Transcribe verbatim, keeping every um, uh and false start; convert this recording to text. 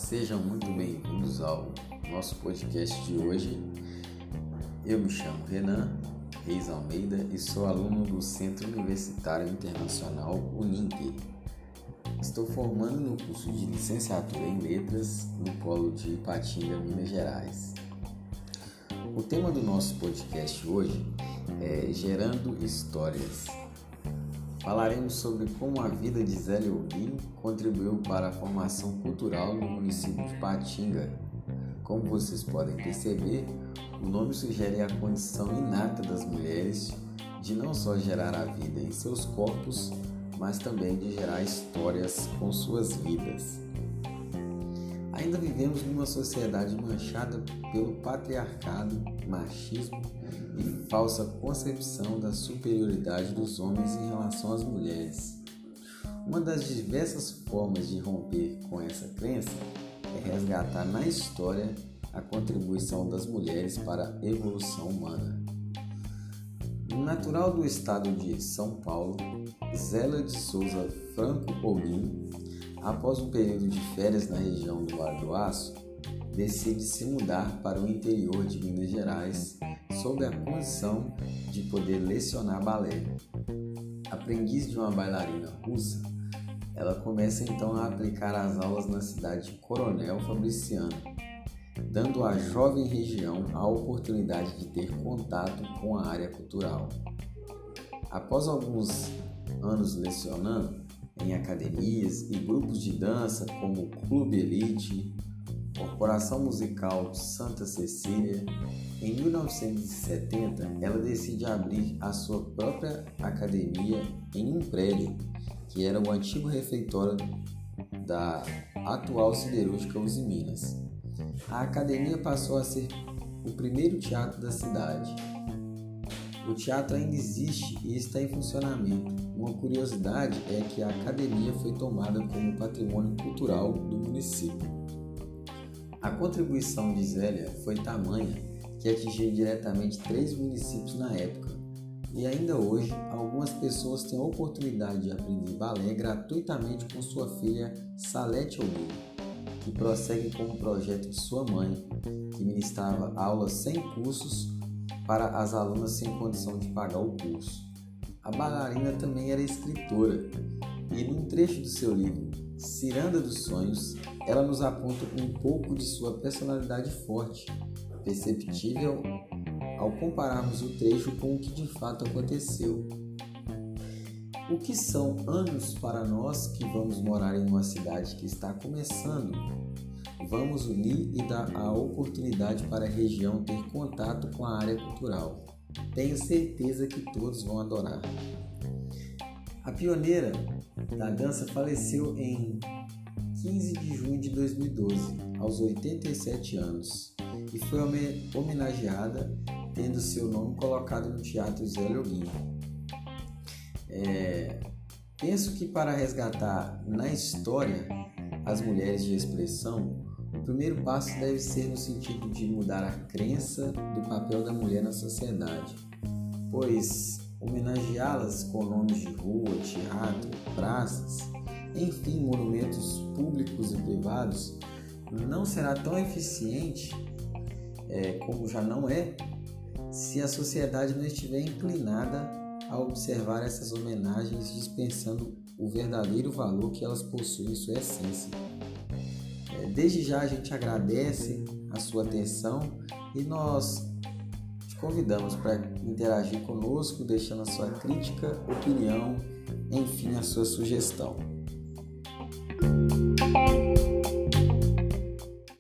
Sejam muito bem-vindos ao nosso podcast de hoje. Eu me chamo Renan Reis Almeida e sou aluno do Centro Universitário Internacional Uninter. Estou formando no curso de Licenciatura em Letras no Polo de Ipatinga, Minas Gerais. O tema do nosso podcast hoje é Gerando Histórias. Falaremos sobre como a vida de Zélia Holguin contribuiu para a formação cultural no município de Ipatinga. Como vocês podem perceber, o nome sugere a condição inata das mulheres de não só gerar a vida em seus corpos, mas também de gerar histórias com suas vidas. Ainda vivemos numa sociedade manchada pelo patriarcado, machismo e falsa concepção da superioridade dos homens em relação às mulheres. Uma das diversas formas de romper com essa crença é resgatar na história a contribuição das mulheres para a evolução humana. Natural do estado de São Paulo, Zélia de Souza Franco Holguin, após um período de férias na região do Vale do Aço, decide se mudar para o interior de Minas Gerais sob a condição de poder lecionar balé. Aprendiz de uma bailarina russa, ela começa então a aplicar as aulas na cidade de Coronel Fabriciano, dando à jovem região a oportunidade de ter contato com a área cultural. Após alguns anos lecionando em academias e grupos de dança como o Clube Elite, Corporação Musical Santa Cecília, em mil novecentos e setenta ela decide abrir a sua própria academia em um prédio que era o antigo refeitório da atual siderúrgica Uzi Minas. A academia passou a ser o primeiro teatro da cidade. O teatro ainda existe e está em funcionamento. Uma curiosidade é que a academia foi tomada como patrimônio cultural do município. A contribuição de Zélia foi tamanha que atingiu diretamente três municípios na época, e ainda hoje algumas pessoas têm a oportunidade de aprender balé gratuitamente com sua filha Salete Holguin, que prossegue com o projeto de sua mãe, que ministrava aulas sem cursos para as alunas sem condição de pagar o curso. A bailarina também era escritora, e num trecho do seu livro Ciranda dos Sonhos, ela nos aponta um pouco de sua personalidade forte, perceptível ao compararmos o trecho com o que de fato aconteceu. O que são anos para nós que vamos morar em uma cidade que está começando? Vamos unir e dar a oportunidade para a região ter contato com a área cultural. Tenho certeza que todos vão adorar. A pioneira da dança faleceu em quinze de junho de dois mil e doze, aos oitenta e sete anos, e foi homenageada tendo seu nome colocado no Teatro Zélia Holguin. É, penso que para resgatar na história as mulheres de expressão, o primeiro passo deve ser no sentido de mudar a crença do papel da mulher na sociedade, pois homenageá-las com nomes de rua, teatro, praças, enfim, monumentos públicos e privados, não será tão eficiente é, como já não é, se a sociedade não estiver inclinada a observar essas homenagens, dispensando o verdadeiro valor que elas possuem em sua essência. É, desde já a gente agradece a sua atenção e nós te convidamos para interagir conosco, deixando a sua crítica, opinião, enfim, a sua sugestão.